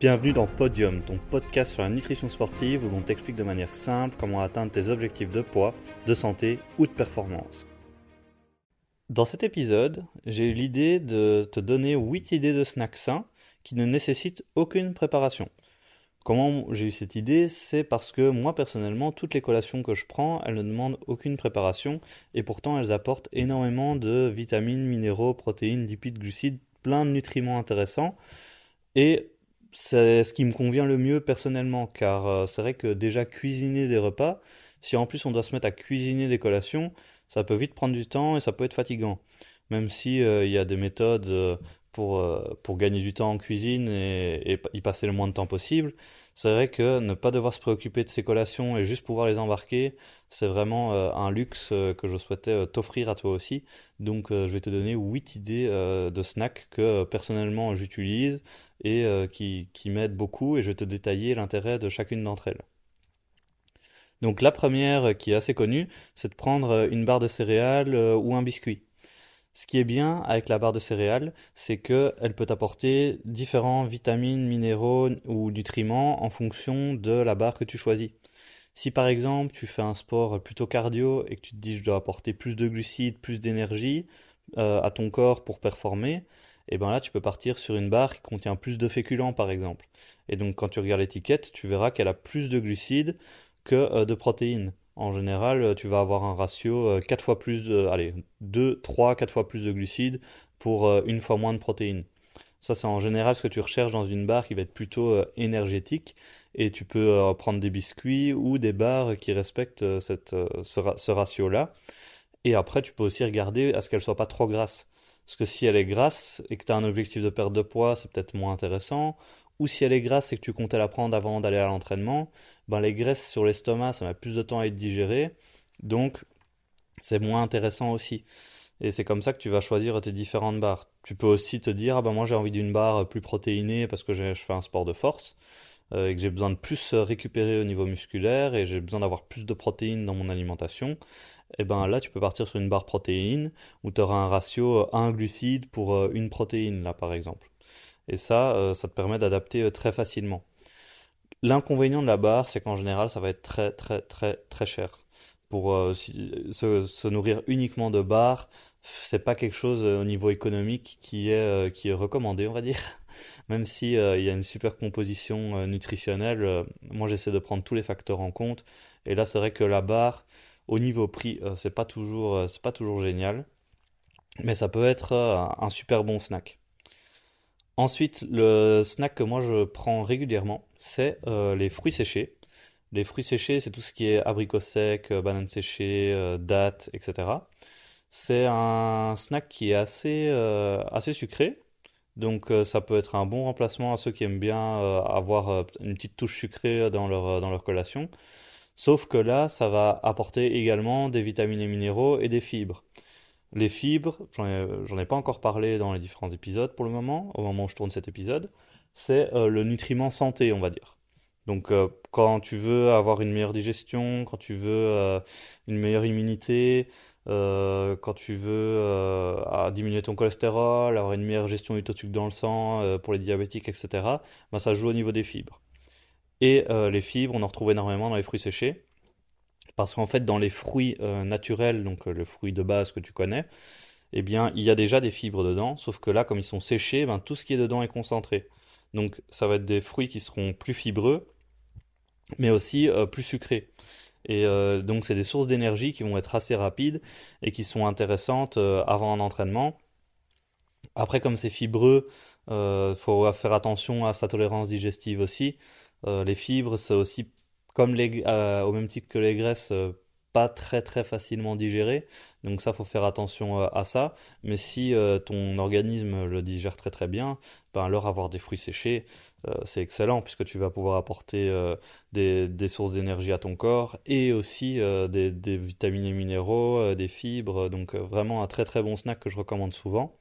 Bienvenue dans Podium, ton podcast sur la nutrition sportive où l'on t'explique de manière simple comment atteindre tes objectifs de poids, de santé ou de performance. Dans cet épisode, j'ai eu l'idée de te donner 8 idées de snacks sains qui ne nécessitent aucune préparation. Comment j'ai eu cette idée? C'est parce que moi personnellement, toutes les collations que je prends, elles ne demandent aucune préparation et pourtant elles apportent énormément de vitamines, minéraux, protéines, lipides, glucides, plein de nutriments intéressants et c'est ce qui me convient le mieux personnellement car c'est vrai que déjà cuisiner des repas, si en plus on doit se mettre à cuisiner des collations, ça peut vite prendre du temps et ça peut être fatigant. Même si il y a des méthodes pour gagner du temps en cuisine et y passer le moins de temps possible, c'est vrai que ne pas devoir se préoccuper de ces collations et juste pouvoir les embarquer, c'est vraiment un luxe que je souhaitais t'offrir à toi aussi. Donc je vais te donner 8 idées de snacks que personnellement j'utilise et qui m'aident beaucoup et je vais te détailler l'intérêt de chacune d'entre elles. Donc la première qui est assez connue, c'est de prendre une barre de céréales ou un biscuit. Ce qui est bien avec la barre de céréales, c'est qu'elle peut apporter différents vitamines, minéraux ou nutriments en fonction de la barre que tu choisis. Si par exemple tu fais un sport plutôt cardio et que tu te dis je dois apporter plus de glucides, plus d'énergie à ton corps pour performer, et bien là tu peux partir sur une barre qui contient plus de féculents par exemple. Et donc quand tu regardes l'étiquette, tu verras qu'elle a plus de glucides que de protéines. En général, tu vas avoir un ratio 4 fois plus de, allez, 2, 3, 4 fois plus de glucides pour une fois moins de protéines. Ça, c'est en général ce que tu recherches dans une barre qui va être plutôt énergétique. Et tu peux prendre des biscuits ou des barres qui respectent ce ratio-là. Et après, tu peux aussi regarder à ce qu'elle soit pas trop grasse. Parce que si elle est grasse et que tu as un objectif de perte de poids, c'est peut-être moins intéressant. Ou si elle est grasse et que tu comptais la prendre avant d'aller à l'entraînement, ben les graisses sur l'estomac, ça met plus de temps à être digéré. Donc, c'est moins intéressant aussi. Et c'est comme ça que tu vas choisir tes différentes barres. Tu peux aussi te dire, ah ben moi j'ai envie d'une barre plus protéinée parce que je fais un sport de force et que j'ai besoin de plus récupérer au niveau musculaire et j'ai besoin d'avoir plus de protéines dans mon alimentation. Et ben là, tu peux partir sur une barre protéine où tu auras un ratio 1 glucide pour une protéine, là par exemple. Et ça te permet d'adapter très facilement. L'inconvénient de la barre, c'est qu'en général, ça va être très très très très cher. Pour se nourrir uniquement de barres, c'est pas quelque chose au niveau économique qui est recommandé, on va dire. Même si il y a une super composition nutritionnelle, moi j'essaie de prendre tous les facteurs en compte. Et là, c'est vrai que la barre, au niveau prix, c'est pas toujours génial, mais ça peut être un super bon snack. Ensuite, le snack que moi je prends régulièrement, c'est les fruits séchés. Les fruits séchés, c'est tout ce qui est abricots secs, bananes séchées, dattes, etc. C'est un snack qui est assez sucré, donc ça peut être un bon remplacement à ceux qui aiment bien avoir une petite touche sucrée dans leur collation. Sauf que là, ça va apporter également des vitamines et minéraux et des fibres. Les fibres, j'en ai pas encore parlé dans les différents épisodes pour le moment, au moment où je tourne cet épisode, c'est le nutriment santé, on va dire. Donc quand tu veux avoir une meilleure digestion, quand tu veux une meilleure immunité, quand tu veux diminuer ton cholestérol, avoir une meilleure gestion du taux dans le sang pour les diabétiques, etc., ben, ça joue au niveau des fibres. Et les fibres, on en retrouve énormément dans les fruits séchés. Parce qu'en fait, dans les fruits naturels, donc le fruit de base que tu connais, eh bien, il y a déjà des fibres dedans, sauf que là, comme ils sont séchés, ben, tout ce qui est dedans est concentré. Donc, ça va être des fruits qui seront plus fibreux, mais aussi plus sucrés. Et donc, c'est des sources d'énergie qui vont être assez rapides et qui sont intéressantes avant un entraînement. Après, comme c'est fibreux, faut faire attention à sa tolérance digestive aussi. Les fibres, c'est aussi comme au même titre que les graisses, pas très très facilement digérées. Donc ça, faut faire attention à ça. Mais si ton organisme le digère très très bien, ben alors avoir des fruits séchés, c'est excellent puisque tu vas pouvoir apporter des sources d'énergie à ton corps et aussi des vitamines et minéraux, des fibres. Donc vraiment un très très bon snack que je recommande souvent.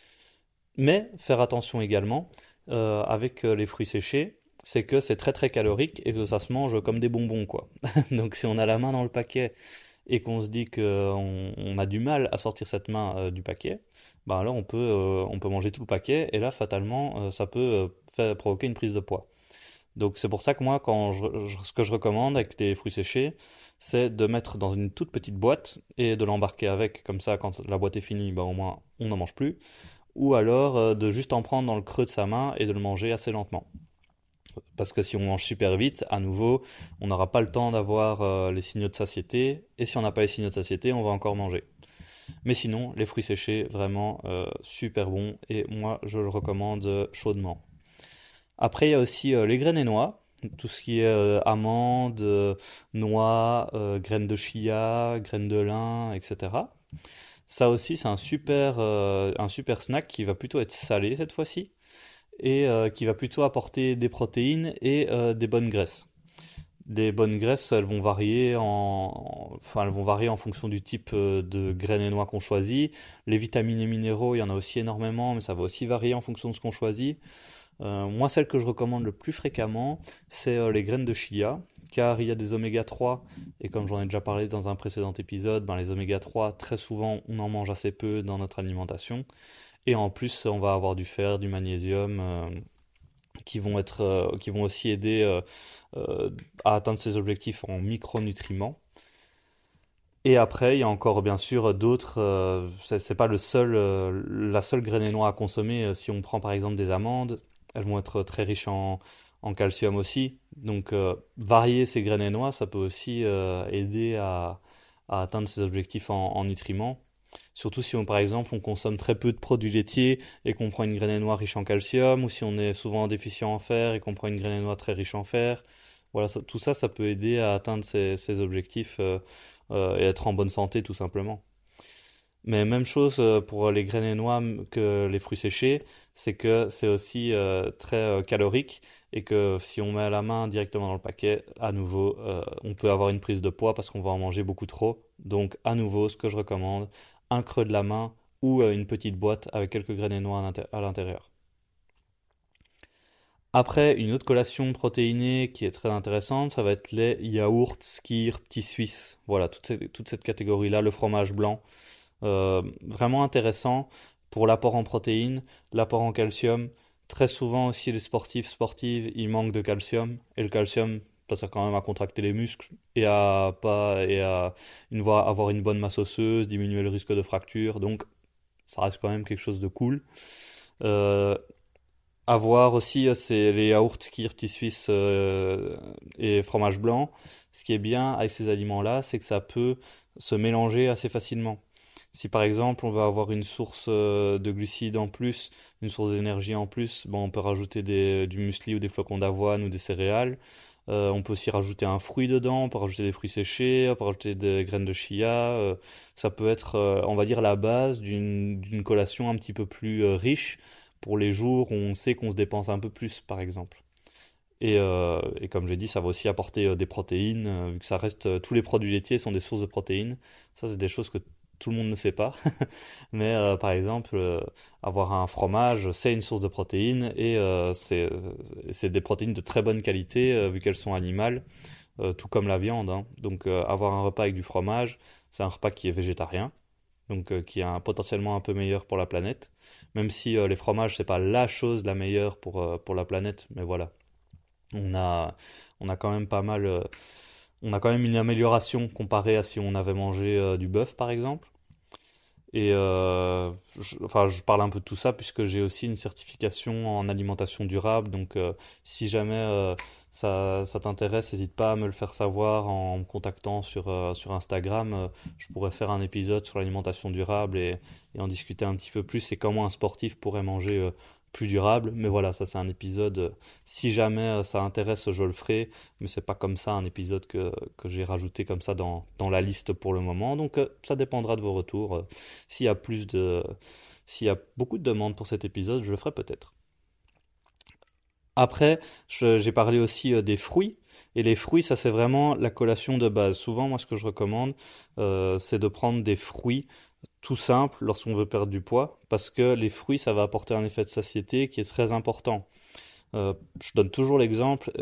Mais faire attention également avec les fruits séchés, c'est que c'est très très calorique et que ça se mange comme des bonbons quoi. Donc si on a la main dans le paquet et qu'on se dit qu'on a du mal à sortir cette main du paquet, ben alors on peut manger tout le paquet et là fatalement ça peut provoquer une prise de poids. Donc c'est pour ça que moi, ce que je recommande avec les fruits séchés, c'est de mettre dans une toute petite boîte et de l'embarquer avec, comme ça quand la boîte est finie, ben, au moins on n'en mange plus. Ou alors de juste en prendre dans le creux de sa main et de le manger assez lentement. Parce que si on mange super vite, à nouveau, on n'aura pas le temps d'avoir les signaux de satiété. Et si on n'a pas les signaux de satiété, on va encore manger. Mais sinon, les fruits séchés, vraiment super bons. Et moi, je le recommande chaudement. Après, il y a aussi les graines et noix. Tout ce qui est amandes, noix, graines de chia, graines de lin, etc. Ça aussi, c'est un super snack qui va plutôt être salé cette fois-ci et qui va plutôt apporter des protéines et des bonnes graisses. Des bonnes graisses, elles vont varier en fonction du type de graines et noix qu'on choisit. Les vitamines et minéraux, il y en a aussi énormément, mais ça va aussi varier en fonction de ce qu'on choisit. Moi, celle que je recommande le plus fréquemment, c'est les graines de chia, car il y a des oméga 3, et comme j'en ai déjà parlé dans un précédent épisode, ben, les oméga 3, très souvent, on en mange assez peu dans notre alimentation. Et en plus, on va avoir du fer, du magnésium, qui vont aussi aider à atteindre ces objectifs en micronutriments. Et après, il y a encore bien sûr d'autres. C'est pas la seule graine et noix à consommer. Si on prend par exemple des amandes, elles vont être très riches en calcium aussi. Donc, varier ces graines et noix, ça peut aussi aider à atteindre ces objectifs en nutriments. Surtout si par exemple on consomme très peu de produits laitiers et qu'on prend une graine et noix riche en calcium, ou si on est souvent déficient en fer et qu'on prend une graine et noix très riche en fer. Voilà, tout ça, ça peut aider à atteindre ces objectifs et être en bonne santé tout simplement. Mais même chose pour les graines et noix que les fruits séchés, c'est que c'est aussi très calorique et que si on met la main directement dans le paquet, à nouveau, on peut avoir une prise de poids parce qu'on va en manger beaucoup trop. Donc à nouveau, ce que je recommande, un creux de la main ou une petite boîte avec quelques graines et noix à l'intérieur. Après, une autre collation protéinée qui est très intéressante, ça va être les yaourts, skyrs, petits suisses. Voilà, toute cette catégorie-là, le fromage blanc. Vraiment intéressant pour l'apport en protéines, l'apport en calcium. Très souvent aussi les sportives, ils manquent de calcium. Et le calcium, ça sert quand même à contracter les muscles et à pas et à avoir une bonne masse osseuse, diminuer le risque de fracture. Donc ça reste quand même quelque chose de cool. Euh, Avoir aussi, c'est les yaourts Skyr, petits suisses et fromage blanc. Ce qui est bien avec ces aliments-là, c'est que ça peut se mélanger assez facilement. Si par exemple on veut avoir une source de glucides en plus, une source d'énergie en plus, bon, on peut rajouter du muesli ou des flocons d'avoine ou des céréales. On peut aussi rajouter un fruit dedans, on peut rajouter des fruits séchés, on peut rajouter des graines de chia. Ça peut être, on va dire, la base d'une collation un petit peu plus riche pour les jours où on sait qu'on se dépense un peu plus, par exemple. Et comme j'ai dit, ça va aussi apporter des protéines, vu que ça reste, tous les produits laitiers sont des sources de protéines. Ça, c'est des choses que tout le monde ne sait pas. Mais par exemple, avoir un fromage, c'est une source de protéines et c'est des protéines de très bonne qualité, vu qu'elles sont animales, tout comme la viande, hein. Donc avoir un repas avec du fromage, c'est un repas qui est végétarien, donc qui est potentiellement un peu meilleur pour la planète. Même si les fromages, c'est pas la chose la meilleure pour la planète, mais voilà. On a, on a quand même pas mal. On a quand même une amélioration comparé à si on avait mangé du bœuf, par exemple. Et enfin, je parle un peu de tout ça puisque j'ai aussi une certification en alimentation durable. Donc, si jamais ça t'intéresse, n'hésite pas à me le faire savoir en me contactant sur Instagram. Je pourrais faire un épisode sur l'alimentation durable et en discuter un petit peu plus et comment un sportif pourrait manger plus durable. Mais voilà, ça c'est un épisode. Si jamais ça intéresse, je le ferai. Mais c'est pas comme ça un épisode que j'ai rajouté comme ça dans la liste pour le moment. Donc ça dépendra de vos retours. S'il y a s'il y a beaucoup de demandes pour cet épisode, je le ferai peut-être. Après, j'ai parlé aussi des fruits. Et les fruits, ça c'est vraiment la collation de base. Souvent, moi, ce que je recommande, c'est de prendre des fruits tout simples lorsqu'on veut perdre du poids, parce que les fruits, ça va apporter un effet de satiété qui est très important. Je donne toujours l'exemple,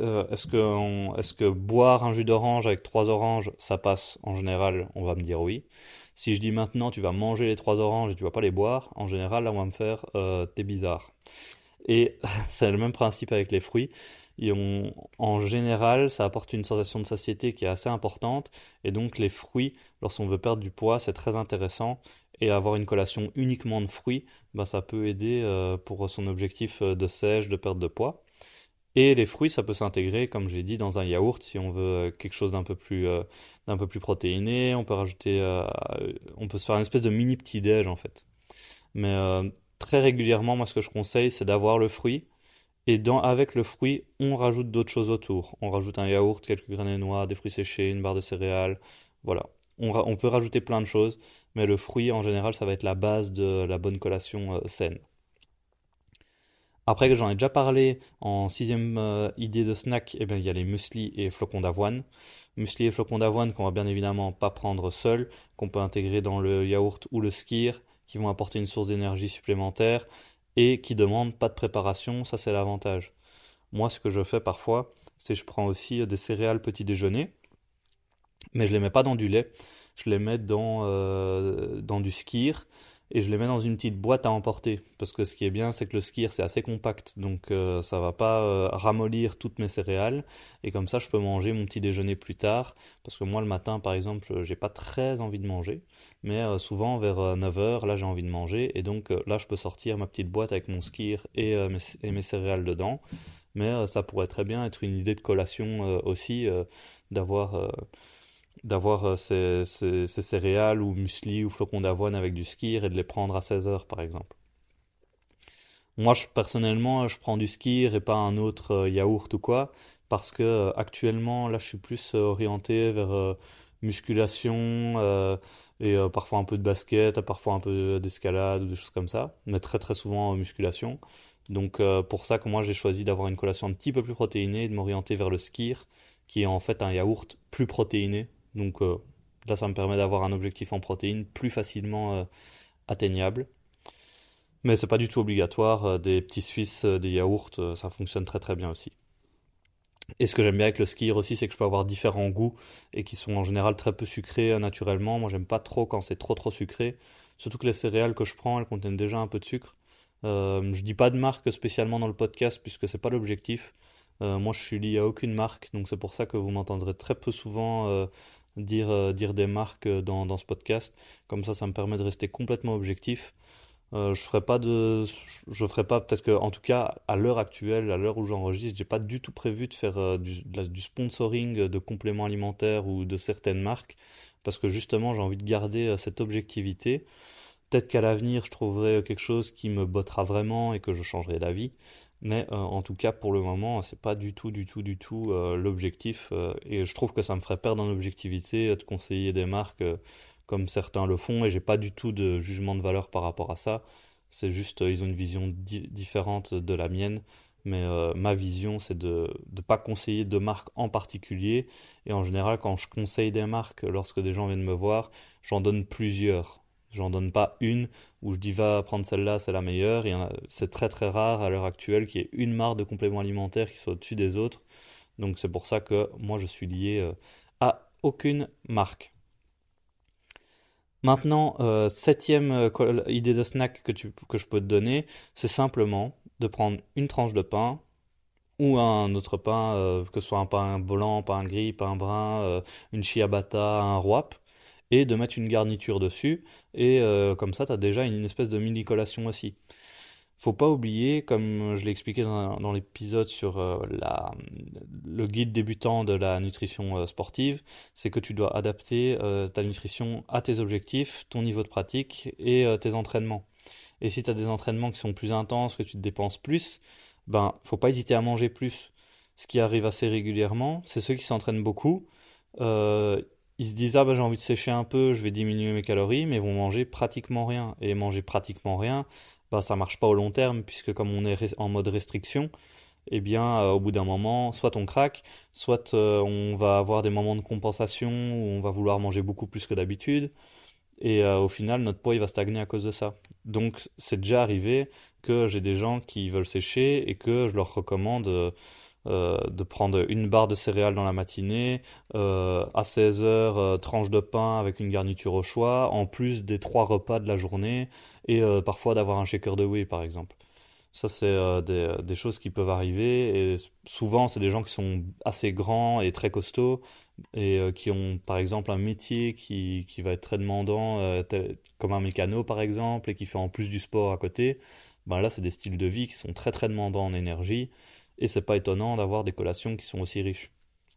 est-ce que boire un jus d'orange avec 3 oranges, ça passe? En général, on va me dire oui. Si je dis maintenant tu vas manger les 3 oranges et tu vas pas les boire, en général là on va me faire t'es bizarre. Et c'est le même principe avec les fruits. En général, ça apporte une sensation de satiété qui est assez importante. Et donc les fruits, lorsqu'on veut perdre du poids, c'est très intéressant. Et avoir une collation uniquement de fruits, ben, ça peut aider pour son objectif de sèche, de perte de poids. Et les fruits, ça peut s'intégrer, comme j'ai dit, dans un yaourt si on veut quelque chose d'un peu plus protéiné. On peut rajouter, on peut se faire une espèce de mini petit-déj en fait. Mais très régulièrement, moi, ce que je conseille, c'est d'avoir le fruit. Et avec le fruit, on rajoute d'autres choses autour. On rajoute un yaourt, quelques graines de noix, des fruits séchés, une barre de céréales. Voilà. On peut rajouter plein de choses, mais le fruit, en général, ça va être la base de la bonne collation saine. Après que j'en ai déjà parlé en sixième idée de snack, eh bien, il y a les muesli et flocons d'avoine. Muesli et flocons d'avoine qu'on va bien évidemment pas prendre seul, qu'on peut intégrer dans le yaourt ou le skyr, qui vont apporter une source d'énergie supplémentaire et qui demandent pas de préparation, ça c'est l'avantage. Moi ce que je fais parfois, c'est que je prends aussi des céréales petit déjeuner, mais je les mets pas dans du lait, je les mets dans du skyr et je les mets dans une petite boîte à emporter. Parce que ce qui est bien, c'est que le skyr c'est assez compact, donc ça va pas ramollir toutes mes céréales. Et comme ça, je peux manger mon petit déjeuner plus tard. Parce que moi, le matin, par exemple, j'ai pas très envie de manger. Mais souvent, vers 9 heures, là, j'ai envie de manger. Et donc là, je peux sortir ma petite boîte avec mon skyr et mes céréales dedans. Mais ça pourrait très bien être une idée de collation aussi, d'avoir ces céréales ou muesli ou flocons d'avoine avec du skyr et de les prendre à 16 heures par exemple. Moi personnellement je prends du skyr et pas un autre yaourt ou quoi parce que actuellement là je suis plus orienté vers musculation et parfois un peu de basket, parfois un peu d'escalade ou des choses comme ça, mais très très souvent musculation. Donc pour ça que moi j'ai choisi d'avoir une collation un petit peu plus protéinée et de m'orienter vers le skyr qui est en fait un yaourt plus protéiné. Donc là, ça me permet d'avoir un objectif en protéines plus facilement atteignable. Mais c'est pas du tout obligatoire. Des petits Suisses, des yaourts, ça fonctionne très très bien aussi. Et ce que j'aime bien avec le skyr aussi, c'est que je peux avoir différents goûts et qui sont en général très peu sucrés naturellement. Moi, j'aime pas trop quand c'est trop trop sucré. Surtout que les céréales que je prends, elles contiennent déjà un peu de sucre. Je dis pas de marque spécialement dans le podcast puisque c'est pas l'objectif. Moi, je suis lié à aucune marque, donc c'est pour ça que vous m'entendrez très peu souvent dire des marques dans ce podcast. Comme ça me permet de rester complètement objectif. Je ferai pas, peut-être que, en tout cas, à l'heure actuelle, à l'heure où j'enregistre, j'ai pas du tout prévu de faire du sponsoring de compléments alimentaires ou de certaines marques, parce que justement, j'ai envie de garder cette objectivité. Peut-être qu'à l'avenir, je trouverai quelque chose qui me bottera vraiment et que je changerai d'avis. Mais en tout cas, pour le moment, c'est pas du tout, du tout, du tout l'objectif. Et je trouve que ça me ferait perdre en objectivité de conseiller des marques comme certains le font. Et j'ai pas du tout de jugement de valeur par rapport à ça. C'est juste, ils ont une vision différente de la mienne. Mais ma vision, c'est de ne pas conseiller de marque en particulier. Et en général, quand je conseille des marques, lorsque des gens viennent me voir, j'en donne plusieurs. J'en donne pas une où je dis va prendre celle-là, c'est la meilleure. C'est très très rare à l'heure actuelle qu'il y ait une marque de compléments alimentaires qui soit au-dessus des autres. Donc c'est pour ça que moi je suis lié à aucune marque. Maintenant, septième idée de snack que je peux te donner, c'est simplement de prendre une tranche de pain ou un autre pain, que ce soit un pain blanc, pain gris, pain brun, une ciabatta, un wrap, et de mettre une garniture dessus, et comme ça, tu as déjà une espèce de mini collation aussi. Faut pas oublier, comme je l'ai expliqué dans l'épisode sur le guide débutant de la nutrition sportive, c'est que tu dois adapter ta nutrition à tes objectifs, ton niveau de pratique et tes entraînements. Et si tu as des entraînements qui sont plus intenses, que tu te dépenses plus, ben, faut pas hésiter à manger plus. Ce qui arrive assez régulièrement, c'est ceux qui s'entraînent beaucoup. euh, Ils se disent, ah ben j'ai envie de sécher un peu, je vais diminuer mes calories, mais ils vont manger pratiquement rien. Et manger pratiquement rien, bah ça marche pas au long terme, puisque comme on est en mode restriction, eh bien au bout d'un moment, soit on craque, soit on va avoir des moments de compensation où on va vouloir manger beaucoup plus que d'habitude. Et au final, notre poids il va stagner à cause de ça. Donc c'est déjà arrivé que j'ai des gens qui veulent sécher et que je leur recommande de prendre une barre de céréales dans la matinée, à 16 heures, tranche de pain avec une garniture au choix, en plus des 3 repas de la journée, et parfois d'avoir un shaker de whey par exemple. Ça, c'est des choses qui peuvent arriver, et souvent, c'est des gens qui sont assez grands et très costauds, et qui ont, par exemple, un métier qui va être très demandant, comme un mécano, par exemple, et qui fait en plus du sport à côté. Ben là, c'est des styles de vie qui sont très, très demandants en énergie, et c'est pas étonnant d'avoir des collations qui sont aussi riches.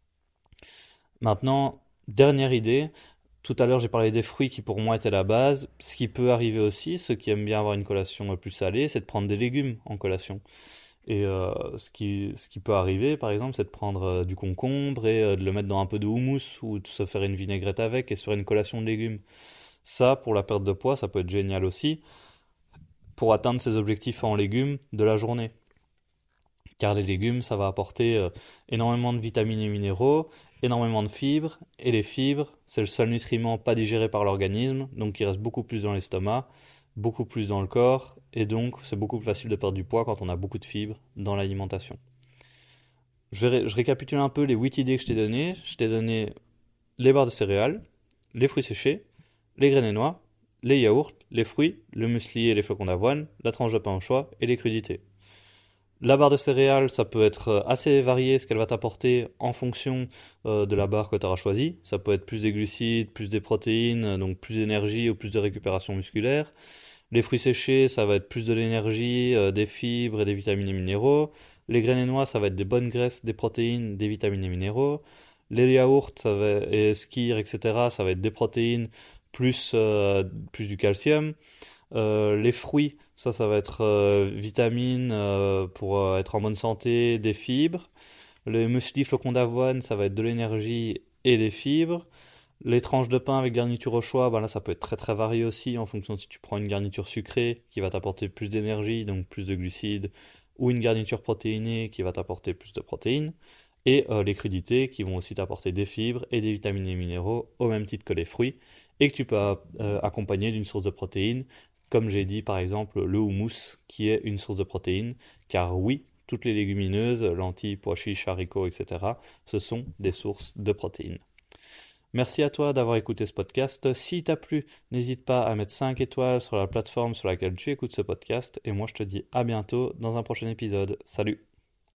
Maintenant, dernière idée, tout à l'heure j'ai parlé des fruits qui pour moi étaient la base. Ce qui peut arriver aussi, ceux qui aiment bien avoir une collation plus salée, c'est de prendre des légumes en collation. Et ce qui peut arriver, par exemple, c'est de prendre du concombre et de le mettre dans un peu de houmous ou de se faire une vinaigrette avec et se faire une collation de légumes. Ça, pour la perte de poids, ça peut être génial aussi pour atteindre ses objectifs en légumes de la journée. Car les légumes, ça va apporter énormément de vitamines et minéraux, énormément de fibres, et les fibres, c'est le seul nutriment pas digéré par l'organisme, donc il reste beaucoup plus dans l'estomac, beaucoup plus dans le corps, et donc c'est beaucoup plus facile de perdre du poids quand on a beaucoup de fibres dans l'alimentation. Je récapitule un peu les 8 idées que je t'ai données. Je t'ai donné les barres de céréales, les fruits séchés, les graines et noix, les yaourts, les fruits, le muesli et les flocons d'avoine, la tranche de pain au choix et les crudités. La barre de céréales, ça peut être assez varié ce qu'elle va t'apporter en fonction de la barre que tu auras choisie. Ça peut être plus des glucides, plus des protéines, donc plus d'énergie ou plus de récupération musculaire. Les fruits séchés, ça va être plus de l'énergie, des fibres et des vitamines et minéraux. Les graines et noix, ça va être des bonnes graisses, des protéines, des vitamines et minéraux. Les yaourts et skyr, etc., ça va être des protéines plus du calcium. Les fruits, ça va être vitamines pour être en bonne santé, des fibres. Le muesli flocons d'avoine, ça va être de l'énergie et des fibres. Les tranches de pain avec garniture au choix, ben là ça peut être très très varié aussi en fonction de si tu prends une garniture sucrée qui va t'apporter plus d'énergie, donc plus de glucides, ou une garniture protéinée qui va t'apporter plus de protéines. Et les crudités qui vont aussi t'apporter des fibres et des vitamines et minéraux au même titre que les fruits et que tu peux accompagner d'une source de protéines, comme j'ai dit par exemple le houmous qui est une source de protéines, car oui, toutes les légumineuses, lentilles, pois chiches, haricots, etc., ce sont des sources de protéines. Merci à toi d'avoir écouté ce podcast. Si t'as plu, n'hésite pas à mettre 5 étoiles sur la plateforme sur laquelle tu écoutes ce podcast. Et moi, je te dis à bientôt dans un prochain épisode. Salut!